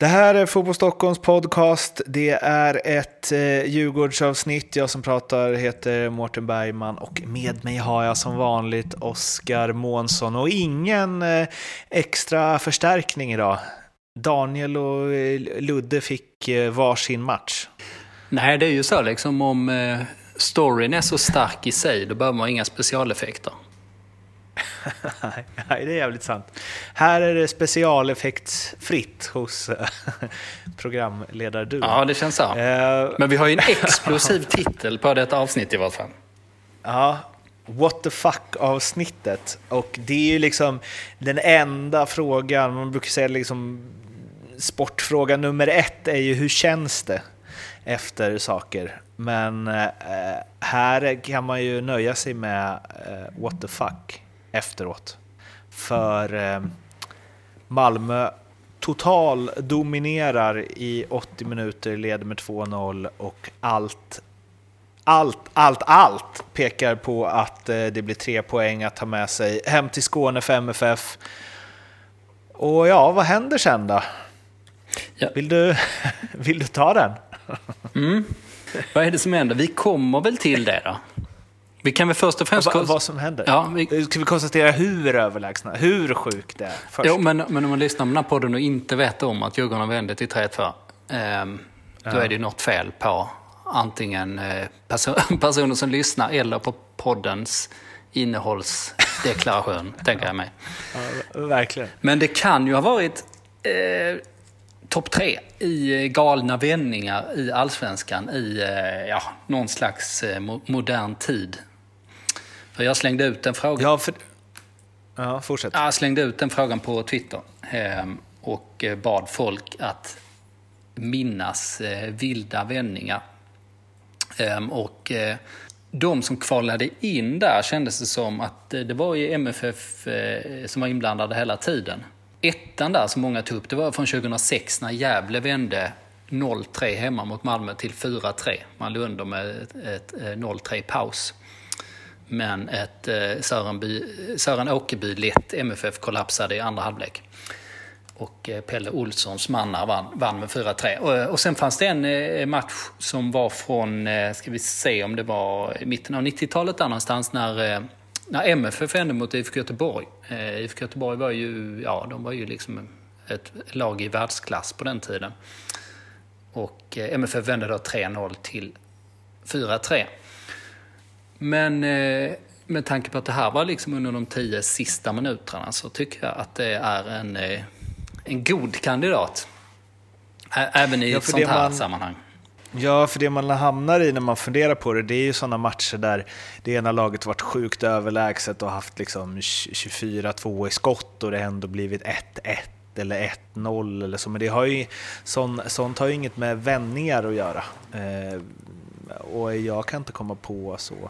Det här är Fotboll Stockholms podcast. Det är ett Djurgårdsavsnitt. Jag som pratar heter Mårten Bergman och med mig har jag som vanligt Oskar Månsson och ingen extra förstärkning idag. Daniel och Ludde fick varsin match. Nej, det är ju så liksom om storyn är så stark i sig, då behöver man inga specialeffekter. Nej, det är jävligt sant. Här är det specialeffektsfritt hos programledare du. Ja, det känns så. Men vi har ju en explosiv titel på detta avsnitt i vart fall. Ja, what the fuck-avsnittet. Och det är ju liksom den enda frågan, man brukar säga liksom sportfråga nummer 1 är ju hur känns det efter saker. Men här kan man ju nöja sig med what the fuck efteråt. För Malmö total dominerar i 80 minuter, leder med 2-0 och allt pekar på att det blir 3 poäng att ta med sig hem till Skåne för MFF. Och ja, vad händer sen då? Ja. Vill du ta den? Vad är det som händer? Vi kommer väl till det då. Vi kan väl först och främst... Vad som händer? Ja, ska vi konstatera hur överlägsna, hur sjukt det är först? Jo, men om man lyssnar på den här podden och inte vet om att Djurgården vände till 3-2, då är det ju något fel på antingen personer som lyssnar eller på poddens innehållsdeklaration, tänker jag mig. Ja, verkligen. Men det kan ju ha varit topp 3 i galna vändningar i Allsvenskan i någon slags modern tid. För jag slängde ut en fråga. Ja, fortsätt. Jag slängde ut den frågan på Twitter och bad folk att minnas vilda vändningar. Och de som kvalade in där kändes det som att det var ju MFF som var inblandade hela tiden. Ettan där som många tog upp, det var från 2006 när Gävle vände 0-3 hemma mot Malmö till 4-3. Man låg under med ett 0-3 paus. Men ett Sören Åkerby-lett MFF kollapsade i andra halvlek. Och Pelle Olssons mannar vann med 4-3. Och sen fanns det en match som var från, ska vi se om det var i mitten av 90-talet där någonstans när MFF vände mot IFK Göteborg. IFK Göteborg var ju, de var ju liksom ett lag i världsklass på den tiden. Och MFF vände då 3-0 till 4-3. Men med tanke på att det här var liksom under de 10 sista minuterna så tycker jag att det är en god kandidat. Även i ett sånt här sammanhang. Ja, för det man hamnar i när man funderar på det är ju sådana matcher där det ena laget varit sjukt överlägset och haft liksom 24-2 i skott och det ändå blivit 1-1 eller 1-0 eller så. Men det har ju, sånt har ju inget med vändningar att göra. Och jag kan inte komma på så.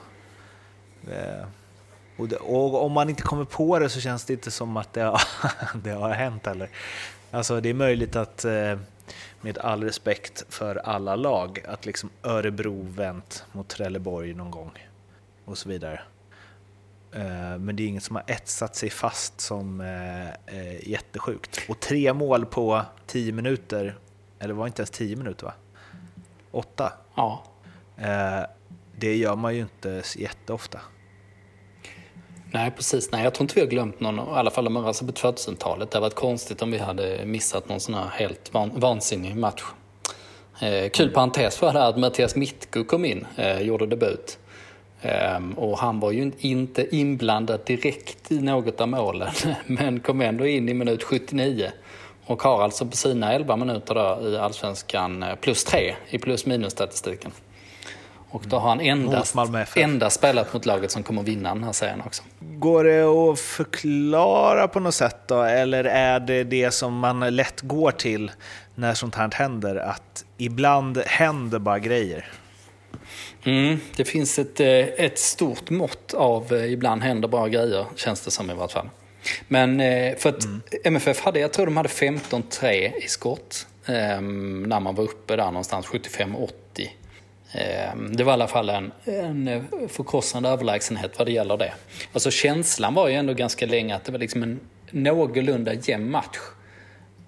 Och om man inte kommer på det så känns det inte som att det har hänt heller. Alltså det är möjligt att med all respekt för alla lag att liksom Örebro vänt mot Trelleborg någon gång och så vidare. Men det är inget som har etsat sig fast som jättesjukt. Och 3 mål på 10 minuter, eller var inte ens 10 minuter va? 8. Ja. Det gör man ju inte jätteofta. Nej, precis. Nej, jag tror inte vi har glömt någon, i alla fall om man rör på 2000-talet. Det har varit konstigt om vi hade missat någon sån här helt vansinnig match. Kul parentes för det här att Mattias Mittko kom in, gjorde debut. Och han var ju inte inblandad direkt i något av målen, men kom ändå in i minut 79. Och har alltså på sina 11 minuter då i Allsvenskan +3 i plus-minus-statistiken. Och då har han endast spelat mot laget som kommer vinna den här serien också. Går det att förklara på något sätt då? Eller är det som man lätt går till när sånt här händer? Att ibland händer bara grejer? Det finns ett stort mått av ibland händer bara grejer, känns det som i vart fall. Men för att MFF jag tror de hade 15-3 i skott när man var uppe där någonstans 75-80. Det var i alla fall en förkrossande överlägsenhet vad det gäller det. Alltså känslan var ju ändå ganska länge att det var liksom en någorlunda jämn match.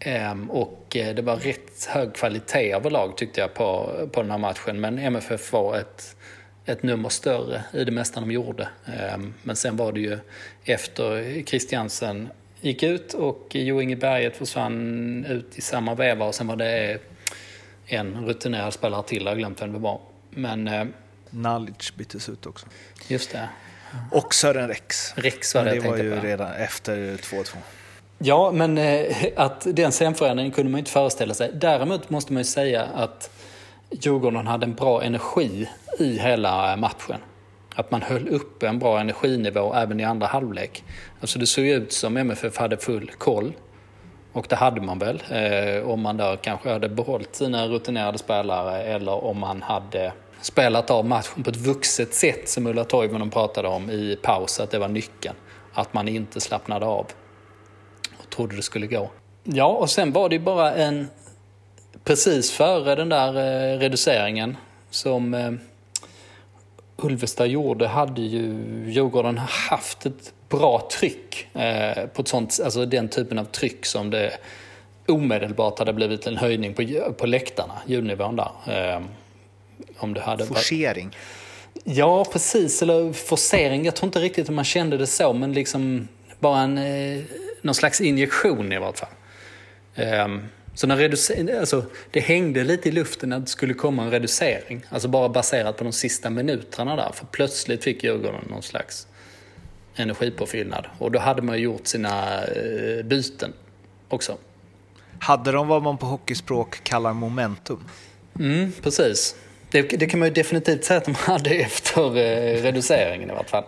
Och det var rätt hög kvalitet överlag tyckte jag på den här matchen. Men MFF var ett nummer större i det mesta de gjorde. Men sen var det ju efter Christiansen gick ut och Jo Inge Berget försvann ut i samma veva. Och sen var det en rutinerad spelare till, jag har glömt vem det var. Men Nalic byttes ut också. Just det. Och Sören Rex. Rex var det, det var ju redan efter 2-2. Ja, men att den scenförändringen kunde man inte föreställa sig. Däremot måste man ju säga att Djurgården hade en bra energi i hela matchen. Att man höll upp en bra energinivå även i andra halvlek. Alltså det såg ut som MFF hade full koll. Och det hade man väl. Om man där kanske hade behållit sina rutinerade spelare eller om man hade spelat av matchen på ett vuxet sätt som Ulla Toivonen pratade om i paus, att det var nyckeln. Att man inte slappnade av och trodde det skulle gå. Ja, och sen var det bara precis före den där reduceringen som Ulvestad gjorde, hade ju Djurgården haft ett bra tryck på ett sånt, alltså den typen av tryck som det omedelbart hade blivit en höjning på läktarna, ljudnivån där. Om det hade forcering. Ja, precis. Eller forcering. Jag tror inte riktigt att man kände det så, men liksom bara någon slags injektion i vart fall. Så när alltså, det hängde lite i luften att det skulle komma en reducering. Alltså bara baserat på de sista minuterna där. För plötsligt fick Djurgården någon slags energipåfyllnad. Och då hade man gjort sina byten också. Hade de vad man på hockeyspråk kallar momentum? Precis. Det kan man ju definitivt säga att de hade efter reduceringen i vart fall.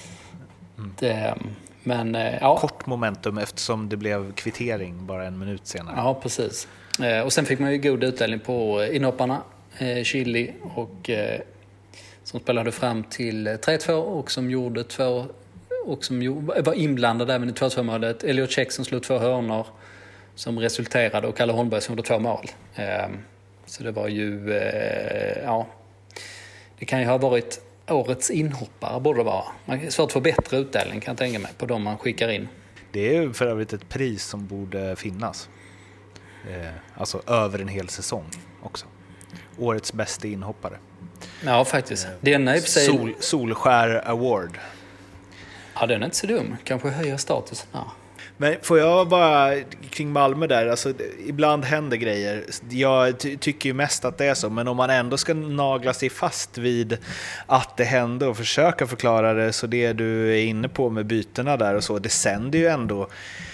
Men, ja. Kort momentum eftersom det blev kvittering bara en minut senare. Ja, precis. Och sen fick man ju god utdelning på inhopparna. Chili och som spelade fram till 3-2 och som gjorde 2 och som var inblandad även i 2-2-målet. Elliot Check som slog 2 hörnor som resulterade och Kalle Holmberg som gjorde 2 mål. Så det var ju, ja, det kan ju ha varit årets inhoppare borde det vara. Man är svårt att få bättre utdelning kan jag tänka mig på de man skickar in. Det är ju för övrigt ett pris som borde finnas. Alltså över en hel säsong också. Årets bästa inhoppare. Ja, faktiskt. Den är i sig... Solskär Award. Ja, den är inte så dum. Kanske höja statusen. Ja. Men får jag bara kring Malmö där, alltså ibland händer grejer. Jag tycker ju mest att det är så, men om man ändå ska nagla sig fast vid att det hände och försöka förklara det, så det du är inne på med bytena där och så, det sänder ju ändå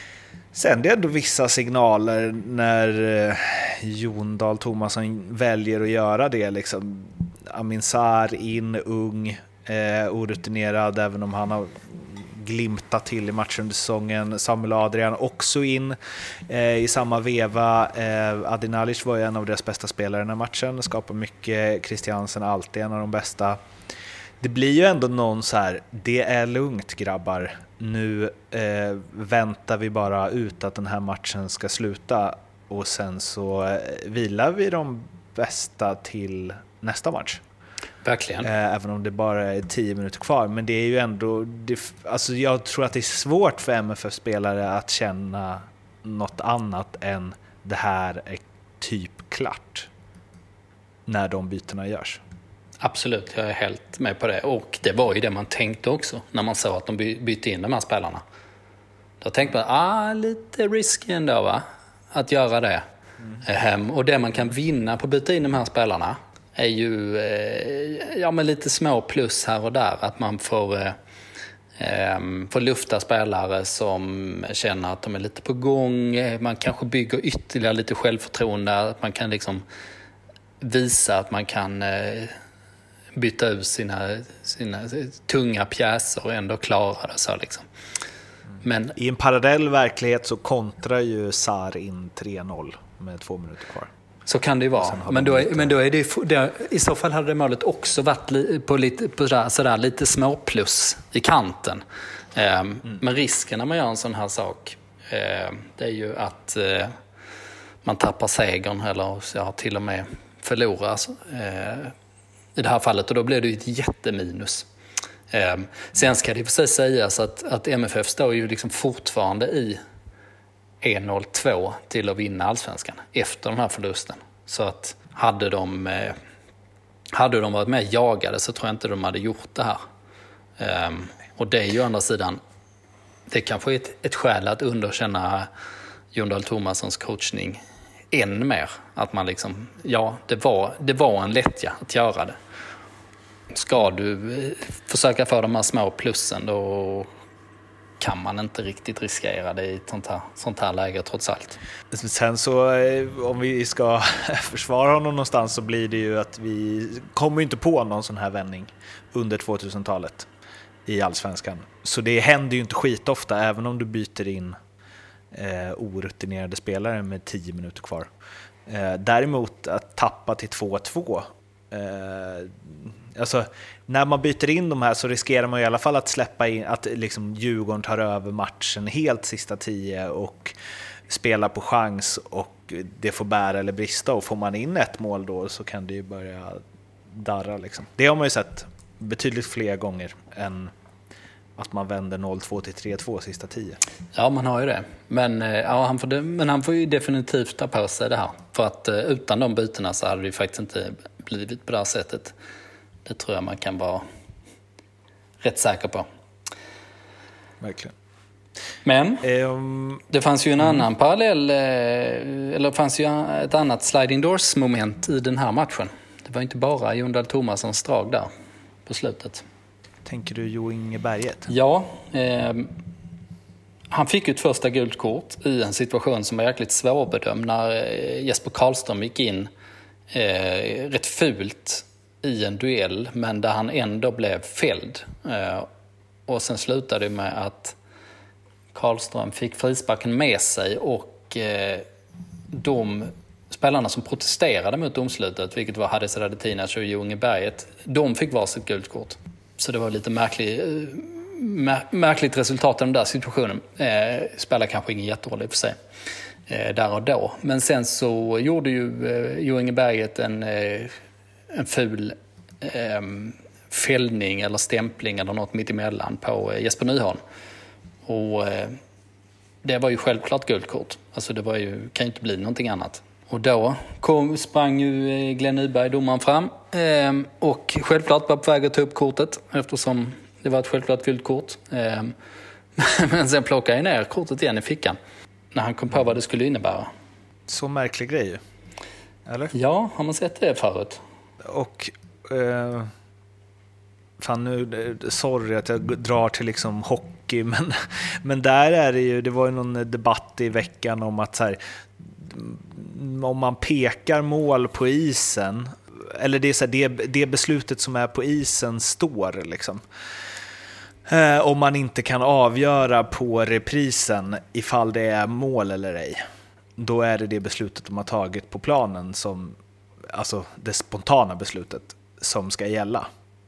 vissa signaler när Jon Dahl Tomasson väljer att göra det liksom. Amin Sarr in, ung, orutinerad, även om han har glimtat till i matchen under säsongen. Samuel Adrian också in i samma veva. Adi Nalic var ju en av deras bästa spelare i den här matchen, skapar mycket. Christiansen alltid en av de bästa. Det blir ju ändå någon så här, det är lugnt grabbar, nu väntar vi bara ut att den här matchen ska sluta och sen så vilar vi de bästa till nästa match. Verkligen. Även om det bara är 10 minuter kvar. Men det är ju ändå... alltså jag tror att det är svårt för MFF-spelare att känna något annat än det här är typ klart när de bytena görs. Absolut, jag är helt med på det. Och det var ju det man tänkte också när man såg att de bytte in de här spelarna. Då tänkte man, lite risky ändå va? Att göra det. Och det man kan vinna på att byta in de här spelarna är ju men lite små plus här och där. Att man får lufta spelare som känner att de är lite på gång. Man kanske bygger ytterligare lite självförtroende. Att man kan liksom visa att man kan byta ut sina tunga pjäser och ändå klara det så liksom. Men i en parallell verklighet så kontrar ju Sarr in 3-0 med 2 minuter kvar. Så kan det ju vara. Men då är det i så fall hade det målet också varit på sådär lite småplus i kanten. Men risken när man gör en sån här sak det är ju att man tappar segern eller till och med förlorar i det här fallet, och då blir det ju ett jätteminus. Sen ska det precis sägas att MFF står ju liksom fortfarande i 1-0-2 till att vinna allsvenskan efter den här förlusten. Så att hade de varit med jagade så tror jag inte de hade gjort det här. Och det är ju å andra sidan, det kanske är ett skäl att underkänna Jon Dahl Tomassons coachning än mer. Att man liksom, ja, det var en lättja att göra det. Ska du försöka få de här små plussen, då kan man inte riktigt riskera det i ett sånt här läge trots allt. Sen så om vi ska försvara honom någonstans så blir det ju att vi kommer inte på någon sån här vändning under 2000-talet i allsvenskan. Så det händer ju inte skitofta även om du byter in orutinerade spelare med 10 minuter kvar. Däremot att tappa till 2-2, alltså när man byter in de här så riskerar man i alla fall att släppa in att liksom Djurgården tar över matchen helt sista 10 och spelar på chans och det får bära eller brista, och får man in ett mål då så kan det ju börja darra liksom. Det har man ju sett betydligt fler gånger än att man vänder 0-2 till 3-2 sista 10. Ja, man har ju det. Men, ja, han får ju definitivt ta på sig det här. För att utan de bytena så hade det ju faktiskt inte blivit på det här sättet. Det tror jag man kan vara rätt säker på. Verkligen. Men det fanns ju en annan parallell, eller det fanns ju ett annat sliding doors moment i den här matchen. Det var inte bara Jon Dahl Tomassons drag där på slutet. Tänker du Jo Inge Berget? Ja, han fick ju ett första gult kort i en situation som var jäkligt svårbedömd när Jesper Karlström gick in rätt fult i en duell, men där han ändå blev fälld. Och sen slutade det med att Karlström fick frisparken med sig, och de spelarna som protesterade mot domslutet, vilket var Hades Radetinac och Jo Inge Berget, de fick varsitt gult kort. Så det var lite märkligt resultat av den där situationen. Spelar kanske ingen jätteroll i och för sig där och då. Men sen så gjorde ju Jo Inge Berget en ful fällning eller stämpling eller något mitt emellan på Jesper Nyholm. Och det var ju självklart gult kort. Alltså det kan ju inte bli någonting annat. Och då sprang ju Glenn Nyberg, domaren, fram och självklart var på väg att ta upp kortet eftersom det var ett självklart gult kort. Men sen plockade jag ner kortet igen i fickan när han kom på vad det skulle innebära. Så märklig grej ju. Eller? Ja, har man sett det förut? Och fan nu, sorry att jag drar till liksom hockey, men där är det var ju någon debatt i veckan om att så här, om man pekar mål på isen, eller det är så här, det beslutet som är på isen står liksom. Om man inte kan avgöra på reprisen ifall det är mål eller ej, då är det beslutet de har tagit på planen som, alltså det spontana beslutet som ska gälla.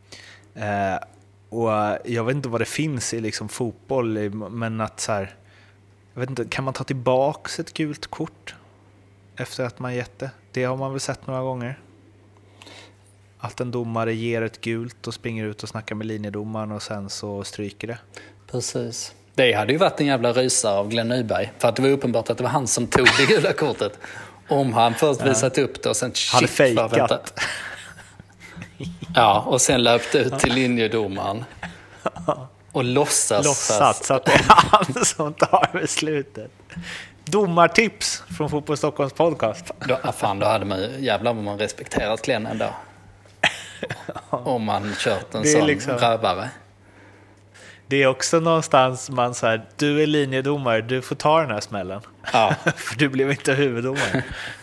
Och jag vet inte vad det finns i liksom fotboll, men att så här, jag vet inte, kan man ta tillbaka ett gult kort efter att man gett det? Det har man väl sett några gånger. Att en domare ger ett gult och springer ut och snackar med linjedomaren och sen så stryker det. Precis. Det hade ju varit en jävla rysare av Glenn Nyberg. För att det var uppenbart att det var han som tog det gula kortet. Om han först visat upp det och sen hade fejkat. Ja, och sen löpte ut till linjedomaren. Och låtsas att det är han som tar beslutet. Domartips från Fotboll Stockholms podcast. Då hade man jävlar vad man respekterat Glenn ändå. Om man kört en sån liksom rövare. Det är också någonstans man säger, du är linjedomare, du får ta den här smällen. Ja. För du blev inte huvuddomare.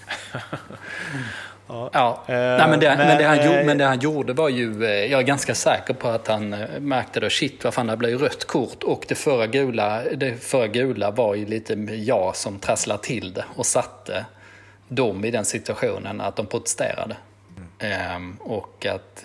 Ja. Nej, men det han gjorde var ju, jag är ganska säker på att han märkte då, shit vad fan, det blev rött kort, och det förra gula var ju lite jag som trasslade till det och satte dem i den situationen att de protesterade. Och att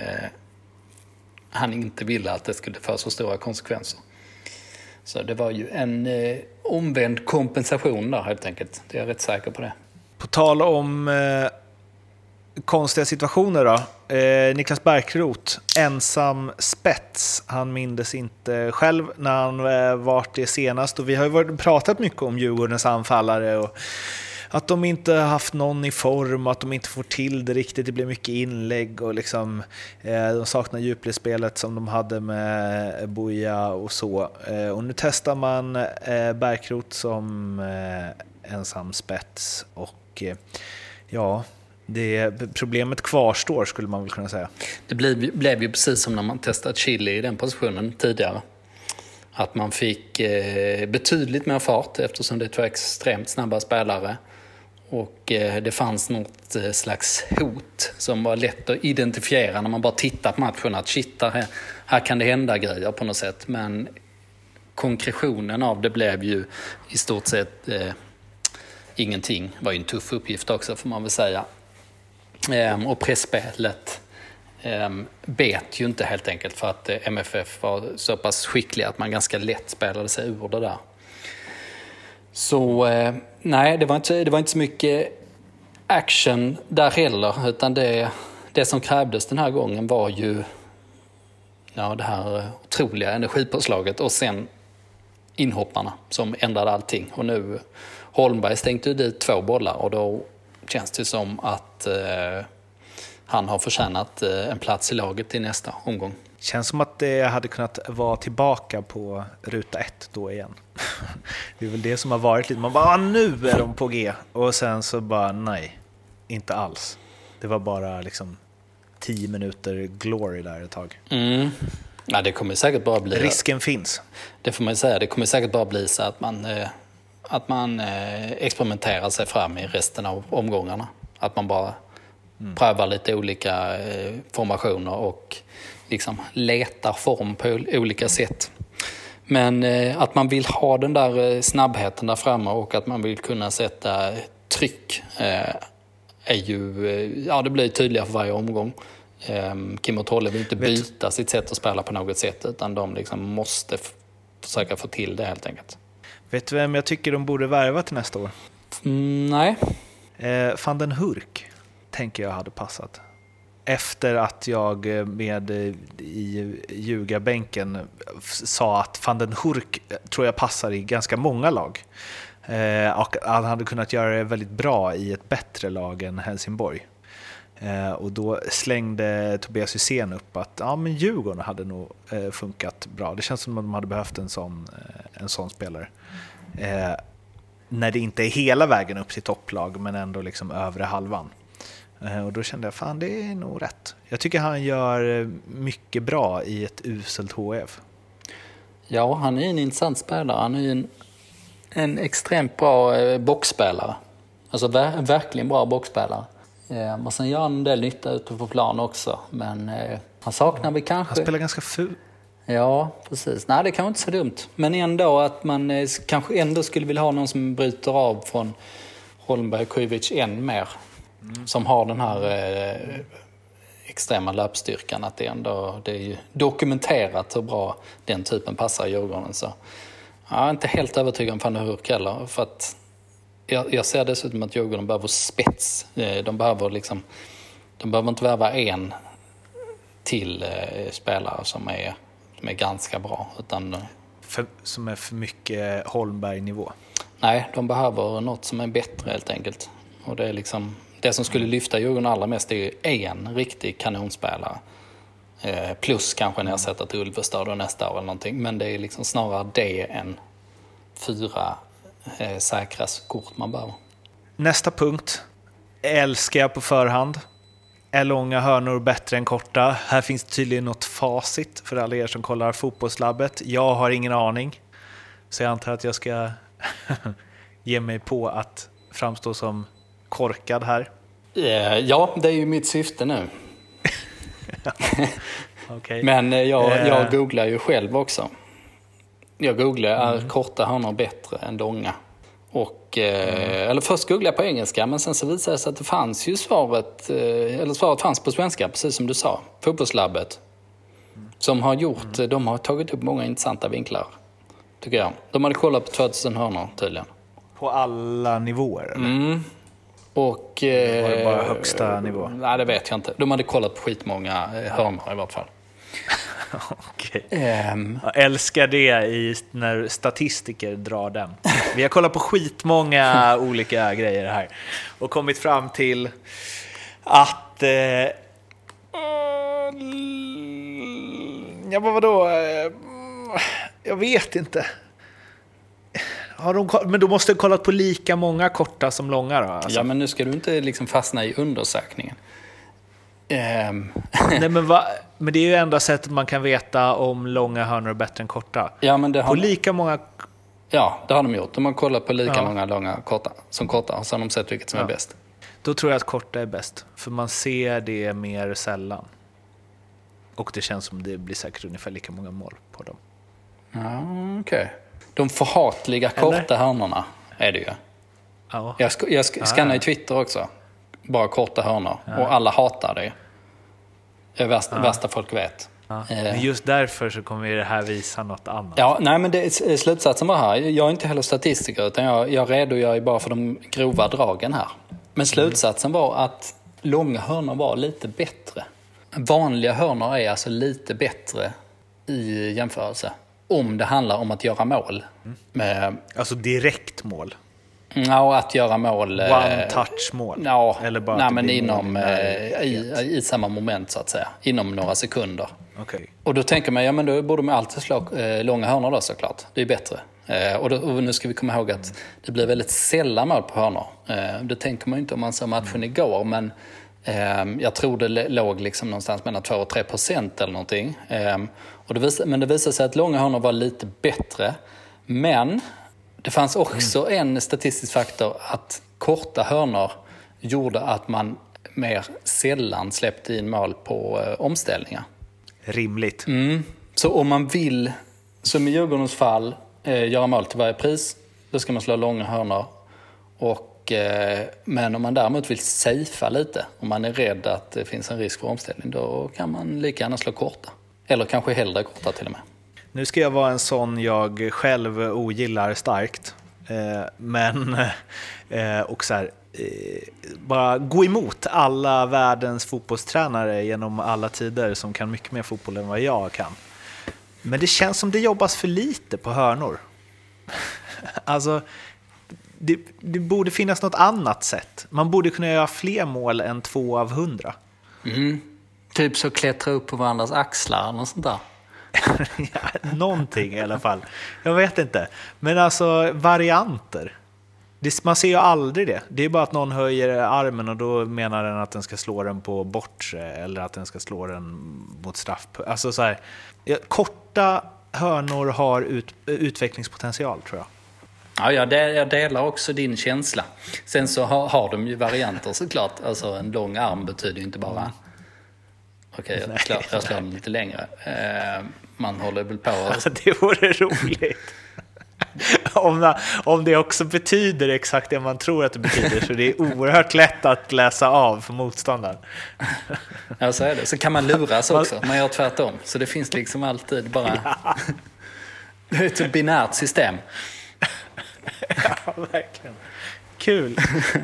han inte ville att det skulle få så stora konsekvenser. Så det var ju en omvänd kompensation där helt enkelt. Det är jag rätt säker på det. På tal om konstiga situationer då. Niklas Bärkroth, ensam spets. Han mindes inte själv när han varit det senast. Och vi har ju pratat mycket om Djurgårdens anfallare och att de inte haft någon i form, att de inte får till det riktigt. Det blir mycket inlägg och liksom, de saknar djupledsspelet som de hade med Buya och så. Och nu testar man Bärkroth som ensam spets och ja, problemet kvarstår skulle man väl kunna säga. Det blev ju precis som när man testade Chile i den positionen tidigare. Att man fick betydligt mer fart eftersom det var extremt snabba spelare. Och det fanns något slags hot som var lätt att identifiera när man bara tittar på matchen. Att shit, här kan det hända grejer på något sätt. Men konkretionen av det blev ju i stort sett ingenting. Det var ju en tuff uppgift också får man väl säga. Och pressspelet bet ju inte helt enkelt för att MFF var så pass skickliga att man ganska lätt spelade sig ur det där. Så nej, det var inte så mycket action där heller, utan det som krävdes den här gången var ju det här otroliga energipåslaget och sen inhopparna som ändrade allting. Och nu Holmberg stängde ju dit 2 bollar och då känns det som att han har förtjänat en plats i laget i nästa omgång. Känns som att det hade kunnat vara tillbaka på ruta 1 då igen. Det är väl det som har varit lite. Man bara, nu är de på G. Och sen så bara, nej, inte alls. Det var bara liksom 10 minuter glory där ett tag. Ja, det kommer säkert bara bli... Risken finns. Det får man säga. Det kommer säkert bara bli så att man experimenterar sig fram i resten av omgångarna. Att man bara prövar lite olika formationer och liksom letar form på olika sätt. Men att man vill ha den där snabbheten där framme och att man vill kunna sätta tryck är ju, det blir tydligare för varje omgång. Kim och Tolle vill inte byta sitt sätt att spela på något sätt, utan de liksom måste försöka få till det helt enkelt. Vet du vem jag tycker de borde värva till nästa år? Nej. Van den Hurk tänker jag hade passat. Efter att jag i ljugarbänken sa att Van den Hurk tror jag passar i ganska många lag. Och han hade kunnat göra det väldigt bra i ett bättre lag än Helsingborg. Och då slängde Tobias Hysén upp att men Djurgården hade nog funkat bra. Det känns som att de hade behövt en sån spelare. När det inte är hela vägen upp till topplag men ändå liksom övre halvan. Och då kände jag, fan det är nog rätt. Jag tycker han gör mycket bra i ett uselt HF. Ja, han är en intressant spelare. Han är en extremt bra boxspelare. Alltså verkligen bra boxspelare. Och sen gör han en del nytta ute på plan också. Men han saknar vi kanske... Han spelar ganska ful. Ja, precis. Nej, det kan inte så dumt. Men ändå att man kanske ändå skulle vilja ha någon som bryter av från Holmberg och Kujovic än mer. Som har den här extrema löpstyrkan. Att det är ju dokumenterat hur bra den typen passar i Djurgården. Så jag är inte helt övertygad om Van der Hurk heller. För att jag ser dessutom att Djurgården behöver spets. De behöver inte värva en till spelare som är ganska bra. Utan, som är för mycket Holmberg-nivå? Nej, de behöver något som är bättre helt enkelt. Och det är liksom... Det som skulle lyfta Djurgården allra mest är ju en riktig kanonspelare. Plus kanske en ersättare till Ulvestad nästa år eller någonting. Men det är liksom snarare det än 4 säkra kort man behöver. Nästa punkt. Älskar jag på förhand. Är långa hörnor bättre än korta? Här finns tydligen något facit för alla er som kollar fotbollslabbet. Jag har ingen aning. Så jag antar att jag ska ge mig på att framstå som korkad här. Ja, det är ju mitt syfte nu. Okay. Men jag googlar ju själv också. Jag googlar, är korta hörnor bättre än långa? Och, eller först googlade jag på engelska, men sen så visade det sig att det fanns ju svaret fanns på svenska, precis som du sa. Fotbollslabbet. Som har gjort, de har tagit upp många intressanta vinklar, tycker jag. De hade kollat på 2000 hörnor tydligen. På alla nivåer, eller? Och, var det bara högsta nivå? Nej, det vet jag inte. De hade kollat på skitmånga hörnor i vart fall. Okay. Jag älskar det när statistiker drar den. Vi har kollat på skitmånga olika grejer här och kommit fram till att vadå? Jag vet inte. Men då måste du kollat på lika många korta som långa då? Alltså. Ja, men nu ska du inte liksom fastna i undersökningen. Nej, men det är ju enda sättet man kan veta om långa hörnor är bättre än korta. Ja, men det har lika många... Ja, det har de gjort. De har kollat på lika långa korta som korta, och så har de sett vilket som är bäst. Då tror jag att korta är bäst, för man ser det mer sällan. Och det känns som det blir säkert ungefär lika många mål på dem. Ja, okej. De förhatliga korta hörnorna är det ju. Ja. Jag skannar i Twitter också. Bara korta hörnor. Ja. Och alla hatar det. Det är värsta folk vet. Ja. Men just därför så kommer det här visa något annat. Ja, nej, men slutsatsen var här. Jag är inte heller statistiker, utan jag redogör ju bara för de grova dragen här. Men slutsatsen var att långa hörnor var lite bättre. Vanliga hörnor är alltså lite bättre i jämförelse. Om det handlar om att göra mål. Alltså direkt mål? Ja, att göra mål. One-touch-mål? Ja, eller bara men inom i samma moment så att säga. Inom några sekunder. Okay. Och då tänker man, ja men då borde man alltid slå långa hörnor då såklart. Det är bättre. Och nu ska vi komma ihåg att det blir väldigt sällan mål på hörnor. Det tänker man ju inte om man såg matchen igår, men jag tror det låg liksom någonstans mellan 2 och 3% eller någonting. Men det visade sig att långa hörnor var lite bättre. Men det fanns också en statistisk faktor att korta hörnor gjorde att man mer sällan släppte in mål på omställningar. Rimligt. Så om man vill, som i Djurgårdens fall, göra mål till varje pris, då ska man slå långa hörnor. Men om man däremot vill safea lite, om man är rädd att det finns en risk för omställning, då kan man lika gärna slå korta. Eller kanske hellre korta till och med. Nu ska jag vara en sån jag själv ogillar starkt. Och så här, bara gå emot alla världens fotbollstränare genom alla tider som kan mycket mer fotboll än vad jag kan. Men det känns som det jobbas för lite på hörnor. Alltså, det borde finnas något annat sätt. Man borde kunna göra fler mål än 2 av 100. Typ så klättra upp på varandras axlar och sånt där. Ja, någonting i alla fall. Jag vet inte. Men alltså varianter. Man ser ju aldrig det. Det är bara att någon höjer armen och då menar den att den ska slå den på bortre eller att den ska slå den mot straff. Alltså så här, korta hörnor har utvecklingspotential, tror jag. Ja, jag delar också din känsla. Sen så har de ju varianter såklart. Alltså en lång arm betyder ju inte bara okej, jag slår den lite längre. Man håller väl på. Alltså, det vore roligt. Om det också betyder exakt det man tror att det betyder, så det är oerhört lätt att läsa av för motståndaren. Ja, så är det. Så kan man luras också. Man gör tvärtom. Så det finns liksom alltid bara... Ja. Det är ett binärt system. Ja, verkligen. Kul.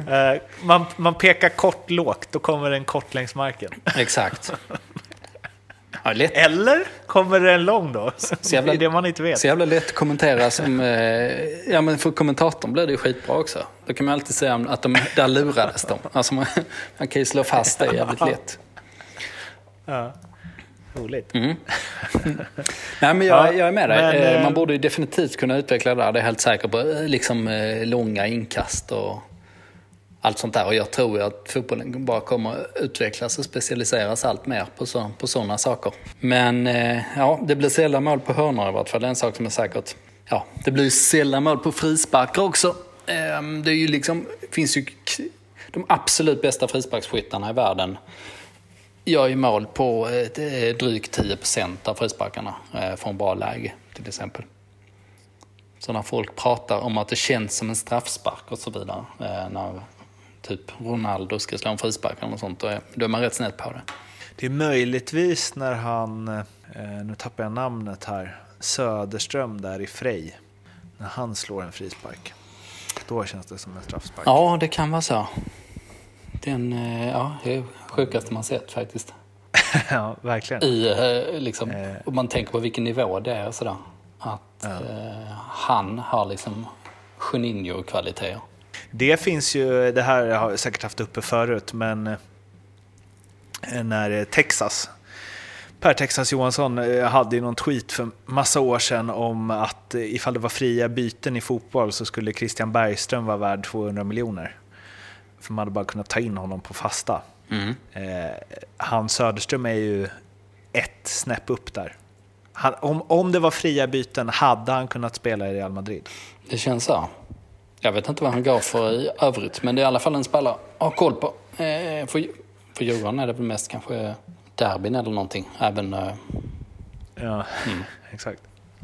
Man pekar kort lågt, då kommer en kort längs marken. Exakt. Ja, lätt. Eller kommer det en lång då? Det är det man inte vet. Så jävla lätt att kommentera som... men för kommentatorn blir det ju skitbra också. Då kan man alltid säga att där lurades de. Alltså man kan ju slå fast det jävligt lätt. Ja, roligt. Nej, men jag är med dig. Men, man borde ju definitivt kunna utveckla det där. Det är helt säker på liksom långa inkast och allt sånt där. Och jag tror ju att fotbollen bara kommer utvecklas och specialiseras allt mer på sådana saker. Men det blir sällan mål på hörnor i vart fall. Det är en sak som är säkert. Ja, det blir sällan mål på frisparkar också. Det är ju liksom, finns ju de absolut bästa frisparksskyttarna i världen. Jag är mål på drygt 10% av frisparkarna från bra läge till exempel. Så när folk pratar om att det känns som en straffspark och så vidare, när typ Ronaldo ska slå en frispark och sånt, då är man rätt snett på det. Det är möjligtvis när han, nu tappar jag namnet här, Söderström där i Frej, när han slår en frispark. Då känns det som en straffspark. Ja, det kan vara så. det är sjukaste man sett faktiskt. Ja, verkligen. Om man tänker på vilken nivå det är sådär. Att han har liksom Juninho-kvaliteter. Det finns ju, det här har jag säkert haft uppe förut, men när Texas Johansson hade ju någon tweet för massa år sedan om att ifall det var fria byten i fotboll så skulle Christian Bergström vara värd 200 miljoner. För man hade bara kunnat ta in honom på fasta. Hans Söderström är ju ett snäpp upp där. Om det var fria byten hade han kunnat spela i Real Madrid. Det känns så. Jag vet inte vad han går för i övrigt, men det är i alla fall en spelare att ha koll på. För Djurgården är det väl mest kanske derbyn eller någonting. Även, ja, exakt.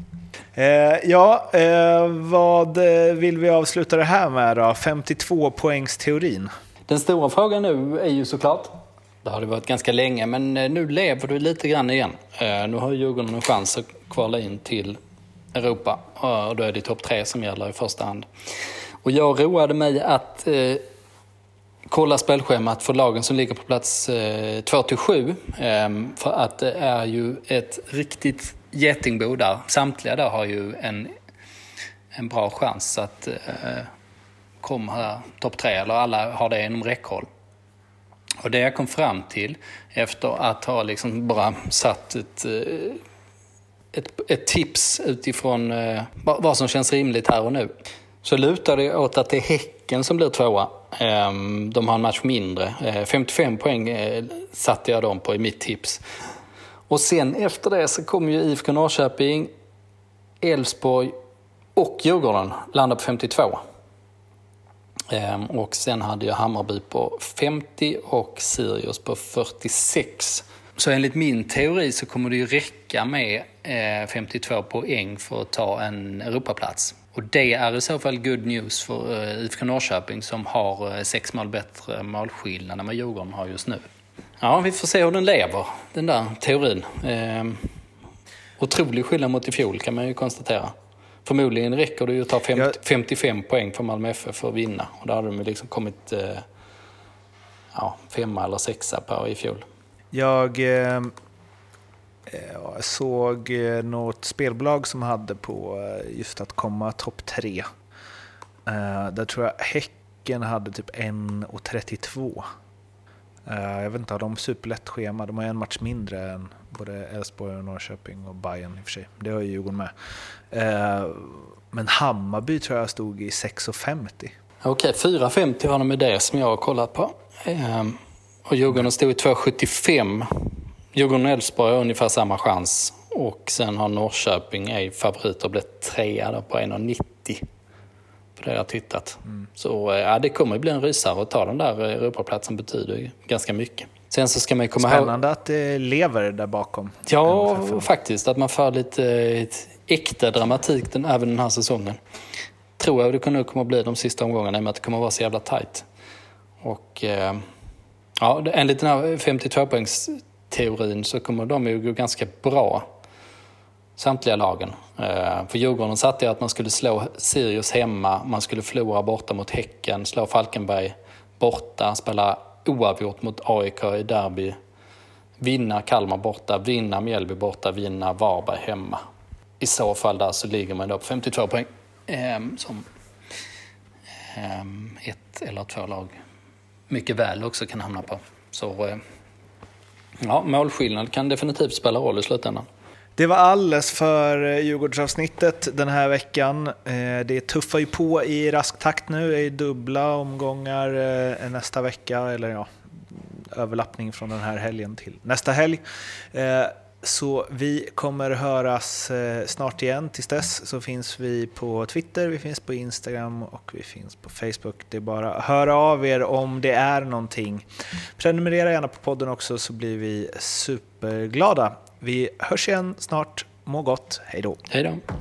Vad vill vi avsluta det här med då? 52 poängs teorin. Den stora frågan nu är ju såklart, det har det varit ganska länge, men nu lever du lite grann igen. Nu har Djurgården en chans att kvala in till Europa, och då är det topp 3 som gäller i första hand. Och jag roade mig att kolla spelschemat för lagen som ligger på plats 2-7, för att det är ju ett riktigt getingbo där. Samtliga där har ju en bra chans att komma topp 3, eller alla har det inom räckhåll. Och det jag kom fram till efter att ha liksom bara satt ett tips utifrån vad som känns rimligt här och nu, så lutar det åt att det är Häcken som blir 2. De har en match mindre. 55 poäng satte jag dem på i mitt tips. Och sen efter det så kommer ju IFK Norrköping, Elfsborg och Djurgården landa på 52. Och sen hade jag Hammarby på 50 och Sirius på 46. Så enligt min teori så kommer det ju räcka med 52 poäng för att ta en Europaplats. Och det är i så fall good news för IFK Norrköping som har 6 mål bättre målskillnad än vad Djurgården har just nu. Ja, vi får se hur den lever, den där teorin. Otrolig skillnad mot i fjol kan man ju konstatera. Förmodligen räcker det ju att ta 55 poäng för Malmö FF för att vinna. Och där hade de ju liksom kommit 5 eller 6 på i fjol. Jag såg något spelbolag som hade på just att komma topp 3. Där tror jag Häcken hade typ 1,32. Jag vet inte, har de superlätt schema? De har en match mindre än både Elfsborg och Norrköping och Bayern i och för sig. Det har ju Djurgården med. Men Hammarby tror jag stod i 6,50. Okej, 4,50 har de med det som jag har kollat på. Och Djurgården stod i 2,75. Djurgården och Elfsborg har ungefär samma chans. Och sen har Norrköping är favorit och blivit 3 på 1,90. På det jag har tittat. Så det kommer bli en rysare att ta den där Europaplatsen, betyder ganska mycket. Sen så ska man komma Spännande att det lever där bakom. Ja, faktiskt. Att man får lite äkta dramatik även den här säsongen. Tror jag det kommer att bli de sista omgångarna, i och med att det kommer att vara så jävla tajt. Och enligt den här 52-poängsteorin så kommer de ju gå ganska bra, samtliga lagen. För Djurgården satte jag att man skulle slå Sirius hemma, man skulle förlora borta mot Häcken, slå Falkenberg borta, spela oavgjort mot AIK i derby, vinna Kalmar borta, vinna Mjällby borta, vinna Varberg hemma. I så fall där så ligger man då på 52 poäng som 1 eller 2 lag mycket väl också kan hamna på. Så målskillnad kan definitivt spela roll i slutändan. Det var alldeles för Djurgårdsavsnittet den här veckan. Det tuffar ju på i rask takt nu. Det är dubbla omgångar nästa vecka, eller överlappning från den här helgen till nästa helg. Så vi kommer höras snart igen. Tills dess så finns vi på Twitter, vi finns på Instagram och vi finns på Facebook. Det är bara att höra av er om det är någonting. Prenumerera gärna på podden också, så blir vi superglada. Vi hörs igen snart. Må gott. Hej då. Hej då.